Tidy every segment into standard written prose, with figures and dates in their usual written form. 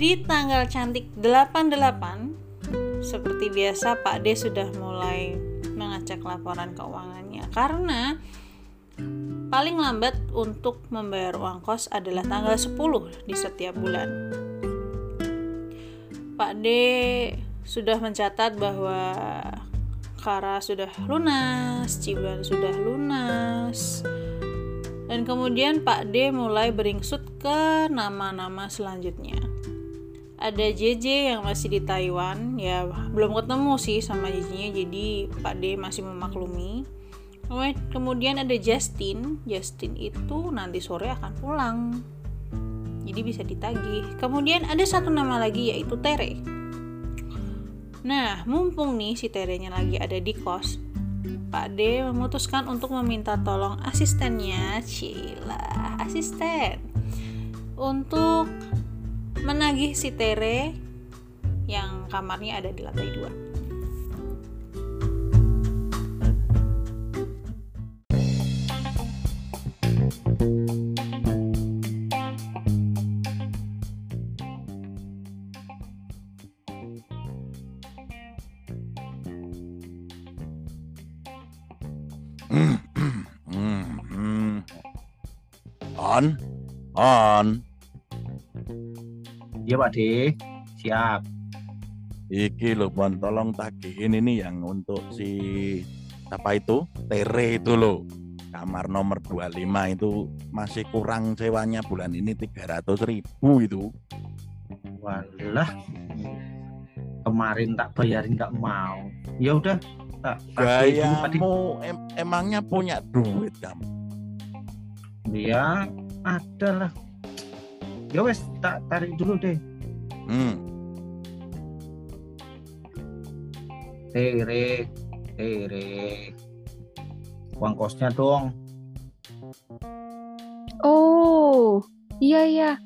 Di tanggal cantik 88, seperti biasa Pak D sudah mulai mengecek laporan keuangannya, karena paling lambat untuk membayar uang kos adalah tanggal 10 di setiap bulan. Pak D sudah mencatat bahwa Kara sudah lunas, Ciban sudah lunas, dan kemudian Pak D mulai beringsut ke nama-nama selanjutnya. Ada JJ yang masih di Taiwan, ya belum ketemu sih sama JJ-nya, jadi Pak D masih memaklumi. Kemudian ada Justin itu nanti sore akan pulang, jadi bisa ditagih. Kemudian ada satu nama lagi, yaitu Tere. Nah, mumpung nih si Terenya lagi ada di kos, Pak D memutuskan untuk meminta tolong asistennya, asisten, untuk menagih si Tere yang kamarnya ada di lantai 2. On. Iya Pak D, siap. Iki loh, Bon, tolong tagihin ini yang untuk si siapa itu? Tere itu loh. Kamar nomor 25 itu masih kurang sewanya bulan ini 300.000 itu. Walah, kemarin tak bayarin nggak mau. Ya udah, tak tagihin dulu Pak D. Emangnya punya duit kamu? Ya, ada lah. Ya wes, tak tarik dulu deh. Tere, uang kosnya dong. Oh, iya.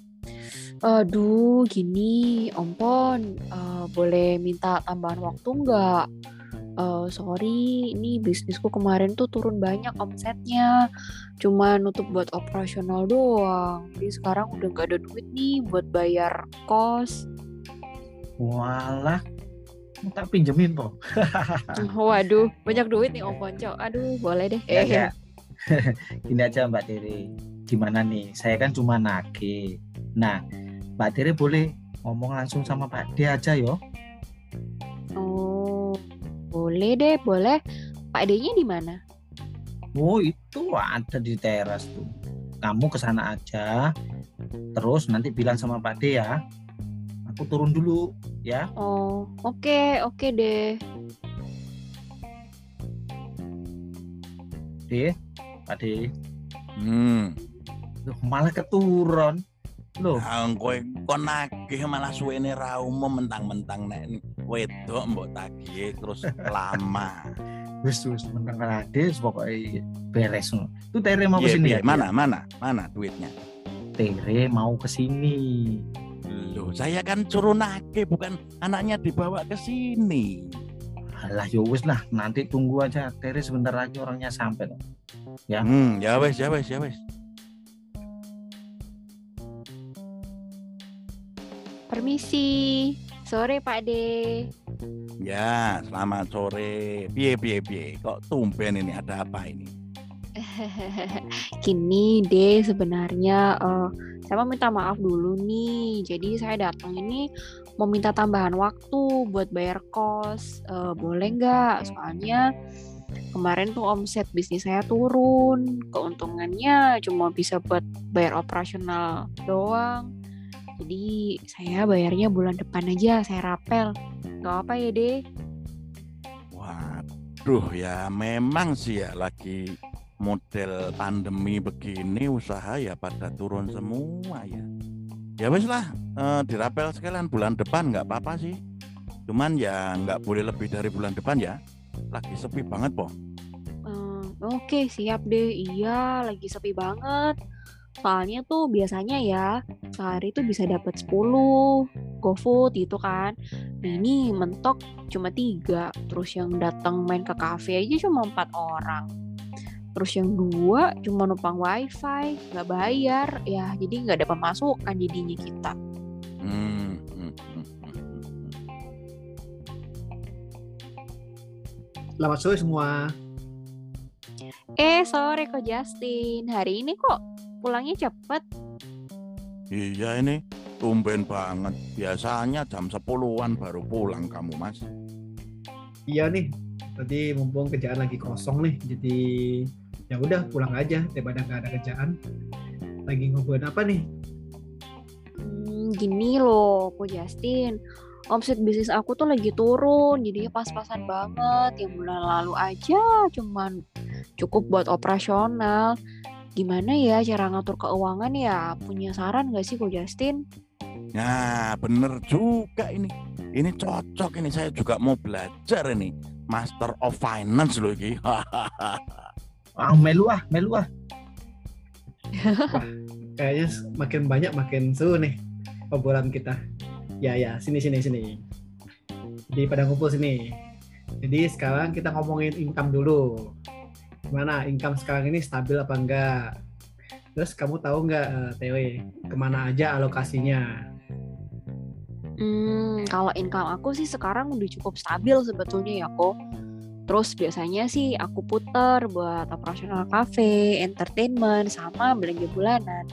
Aduh, gini, Om Pon, boleh minta tambahan waktu nggak? Sorry, ini bisnisku kemarin tuh turun banyak omsetnya, cuma nutup buat operasional doang. Jadi sekarang udah nggak ada duit nih buat bayar kos. Walah, tak pinjemin po. Waduh, banyak duit nih Om Ponco. Aduh, boleh deh. Ya. Gini aja Mbak Tere, gimana nih? Saya kan cuma nagih. Nah, Mbak Tere boleh ngomong langsung sama Pak D aja yo. Oh, boleh deh, boleh. Pak D-nya di mana? Oh, itu ada di teras tuh. Kamu kesana aja, terus nanti bilang sama Pak D ya. Aku turun dulu ya. Oh, oke deh. Pak D. Loh, malah keturun. Loh, Kowe kon nagih malah suwene ra umum, mentang-mentang nek wedok mbok tagih terus lama. wis menang Ade, pokoknya beres. Itu Tere mau ke sini ya? Mana duitnya? Tere mau ke sini. Loh, saya kan suruh nagih, bukan anaknya dibawa ke sini. Alah, ya wis lah, nanti tunggu aja. Tere sebentar lagi orangnya sampai. Ya. Ya wes. Permisi. Sore Pak D. Ya, selamat sore. Piye. Kok tumben ini, ada apa ini? Gini deh, sebenarnya saya mau minta maaf dulu nih. Jadi saya datang ini mau minta tambahan waktu buat bayar kos. Boleh nggak? Soalnya kemarin tuh omset bisnis saya turun. Keuntungannya cuma bisa buat bayar operasional doang. Jadi saya bayarnya bulan depan aja, saya rapel. Gak apa ya deh? Waduh, ya memang sih ya, lagi model pandemi begini usaha ya pada turun semua ya. Ya wes lah, dirapel sekalian bulan depan nggak apa-apa sih. Cuman ya nggak boleh lebih dari bulan depan ya. Lagi sepi banget po. Oke, siap deh. Iya, lagi sepi banget. Soalnya tuh biasanya ya sehari tuh bisa dapat 10 GoFood gitu kan. Nah ini mentok cuma 3. Terus yang datang main ke kafe aja cuma 4 orang. Terus yang 2 cuma numpang wifi, nggak bayar. Ya jadi nggak ada pemasukan jadinya kita. Selamat sore semua. Sore kok Justin. Hari ini kok pulangnya cepet? Iya ini, tumben banget. Biasanya jam 10-an baru pulang kamu, Mas. Iya nih, tadi mumpung kerjaan lagi kosong nih, jadi ya udah pulang aja daripada nggak ada kerjaan. Lagi ngobrolin apa nih? Gini loh kok Justin. Omset bisnis aku tuh lagi turun, jadinya pas-pasan banget. Yang bulan lalu aja cuman cukup buat operasional. Gimana ya cara ngatur keuangan ya? Punya saran gak sih kok Justin? Nah, bener juga ini. Ini cocok ini, saya juga mau belajar ini. Master of Finance loh ini. Melu ah. Kayaknya makin banyak makin seru nih obrolan kita. Ya, sini. Jadi pada ngumpul sini. Jadi sekarang kita ngomongin income dulu. Gimana income sekarang ini stabil apa enggak? Terus kamu tahu nggak, Tewe, kemana aja alokasinya? Kalau income aku sih sekarang udah cukup stabil sebetulnya ya kok. Terus biasanya sih aku puter buat operasional cafe, entertainment, sama belanja bulanan.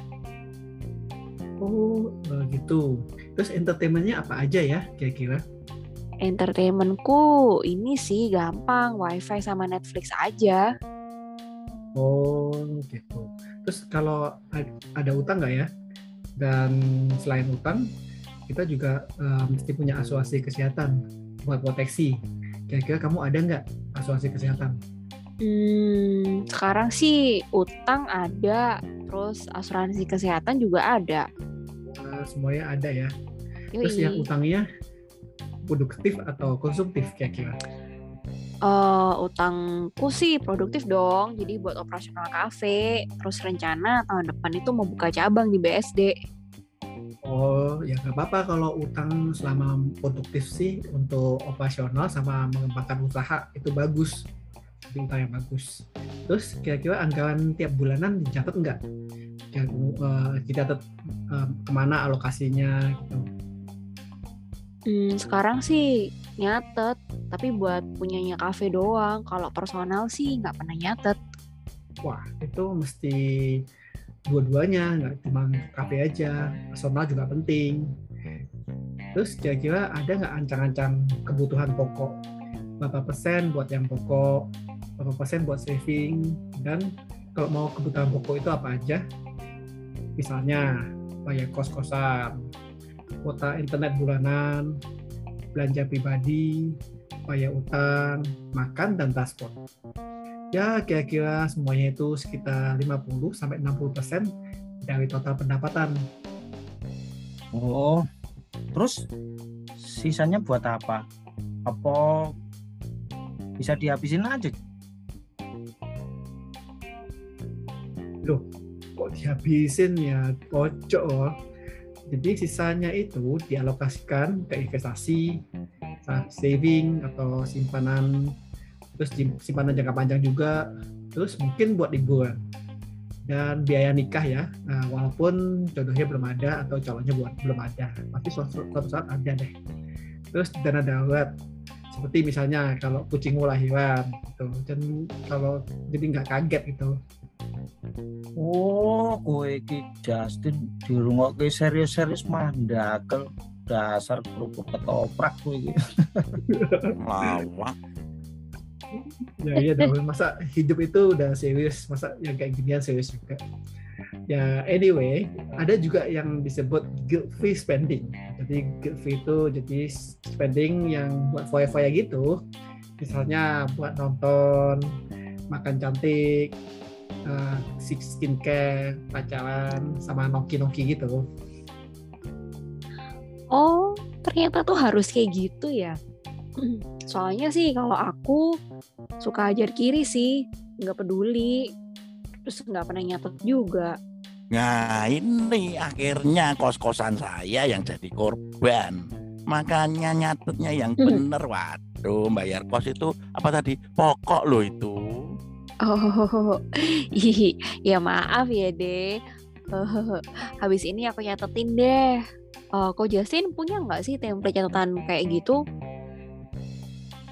Oh, gitu. Terus entertainmentnya apa aja ya kira-kira? Entertainmentku ini sih gampang, wifi sama Netflix aja. Oh, gitu. Terus kalau ada utang nggak ya? Dan selain utang, kita juga mesti punya asuransi kesehatan buat proteksi. Kira-kira kamu ada nggak asuransi kesehatan? Sekarang sih utang ada, terus asuransi kesehatan juga ada. Semuanya ada ya. Terus yang utangnya produktif atau konsumtif kira-kira? Utangku sih produktif dong, jadi buat operasional cafe, terus rencana tahun depan itu mau buka cabang di BSD. Oh, ya nggak apa-apa kalau utang selama produktif sih untuk operasional sama mengembangkan usaha itu bagus. Jadi utang yang bagus. Terus kira-kira anggaran tiap bulanan dicatat nggak? Dicatat kemana alokasinya gitu. Sekarang sih nyatet, tapi buat punyanya cafe doang. Kalau personal sih nggak pernah nyatet. Wah, itu mesti dua-duanya, nggak cuma kafe aja, personal juga penting. Terus kira-kira ada nggak ancang-ancang kebutuhan pokok? Berapa persen buat yang pokok, berapa persen buat saving, dan kalau mau kebutuhan pokok itu apa aja? Misalnya bayar kos-kosan, kuota internet bulanan, belanja pribadi, bayar utang, makan, dan transport. Ya, kira-kira semuanya itu sekitar 50-60% dari total pendapatan. Oh, terus sisanya buat apa? Apa bisa dihabisin aja? Loh, kok dihabisin ya? Kocok. Jadi sisanya itu dialokasikan ke investasi, saving atau simpanan, terus simpanan jangka panjang juga, terus mungkin buat liburan dan biaya nikah ya. Nah, walaupun jodohnya belum ada atau calonnya belum ada, pasti suatu saat ada deh. Terus dana darurat, seperti misalnya kalau kucingmu lahiran gitu, dan kalau jadi nggak kaget gitu. Oh, kowe iki Justin dirungokke serius-serius mandakel dasar kerupuk ketoprak kowe iki. Lawak. Ya iya dong, masa hidup itu udah serius, masa yang kayak ginian serius juga. Ya anyway, ada juga yang disebut guilt free spending. Jadi guilt free itu jadi spending yang buat foya-foya gitu. Misalnya buat nonton, makan cantik, skincare, pacaran, sama noki-noki gitu. Oh, ternyata tuh harus kayak gitu ya. Soalnya sih kalau aku suka ajar kiri sih, nggak peduli, terus nggak pernah nyatet juga. Nah ini akhirnya kos-kosan saya yang jadi korban. Makanya nyatetnya yang bener. Waduh, bayar kos itu apa tadi? Pokok loh itu. Oh, ya maaf ya deh. Habis ini aku nyatetin deh. Kok Justin punya nggak sih template catatan kayak gitu?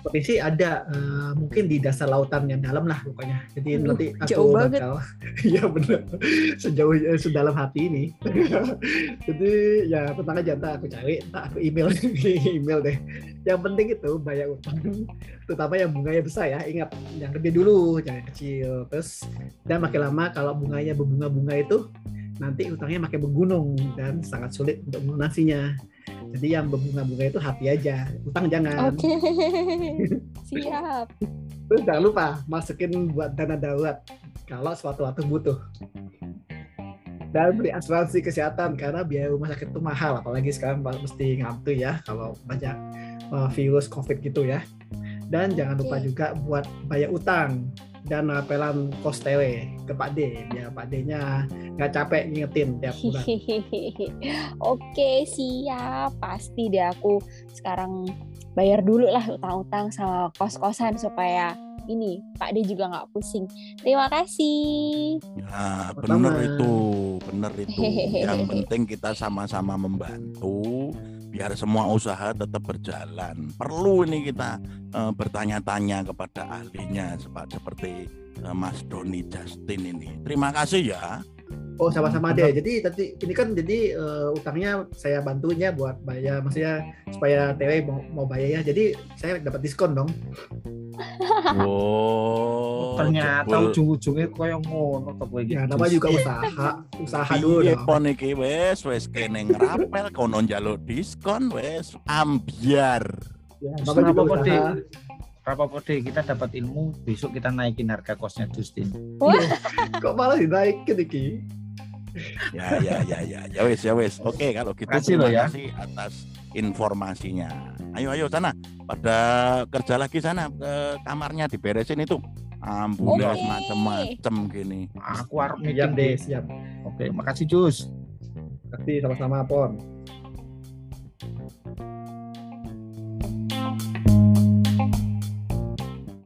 Potensi ada mungkin di dasar lautan yang dalam lah pokoknya. Jadi Aduh, nanti aku jauh banget. bakal ya benar sejauh sedalam hati ini. Jadi ya tenang aja, ntar aku cari, ntar aku email email deh. Yang penting itu bayar utang, terutama yang bunganya besar ya. Ingat yang gede dulu, jangan kecil. Terus dan makin lama kalau bunganya berbunga-bunga itu nanti utangnya makin menggunung dan sangat sulit untuk melunasinya. Jadi yang berbunga-bunga itu hati aja, utang jangan. Oke. Siap. Terus jangan lupa masukin buat dana darurat kalau suatu waktu butuh. Dan beli asuransi kesehatan karena biaya rumah sakit itu mahal, apalagi sekarang mesti ngantri ya kalau banyak virus COVID gitu ya. Dan jangan lupa juga buat bayar utang dan rapelan kos tewe ke Pak D, biar Pak D-nya nggak capek ngingetin tiap bulan. Oke, siap. Pasti deh aku sekarang bayar dulu lah utang-utang sama kos-kosan supaya ini Pak D juga nggak pusing. Terima kasih. Ya, Sama-sama. bener itu. Yang penting kita sama-sama membantu biar semua usaha tetap berjalan. Perlu ini kita bertanya-tanya kepada ahlinya seperti Mas Doni Justin ini. Terima kasih ya. Oh sama-sama deh. Jadi tadi ini kan jadi utangnya saya bantunya buat bayar, maksudnya supaya TW mau bayar ya. Jadi saya dapat diskon dong. Wow. Ternyata jebul. ujung-ujungnya koyo ngono to kowe iki. Ya namanya juga usaha dulu Piye dong. pon iki wis kene ngrapel kono njaluk diskon wis ambiar. Ya, Terus namanya juga kenapa, Pak, usaha. Berapa kode kita dapat ilmu, besok kita naikin harga kosnya Justin. Kok malah dinaikin iki? Ya wis. Oke, kalau gitu Makasih loh terima ya. kasih atas informasinya. Ayo sana, pada kerja lagi sana, ke kamarnya diberesin itu. Ambulan Oke. macem-macem gini. Aku harus Siap meeting deh, deh. siap. Oke, makasih Jus. Kasih sama-sama Pon.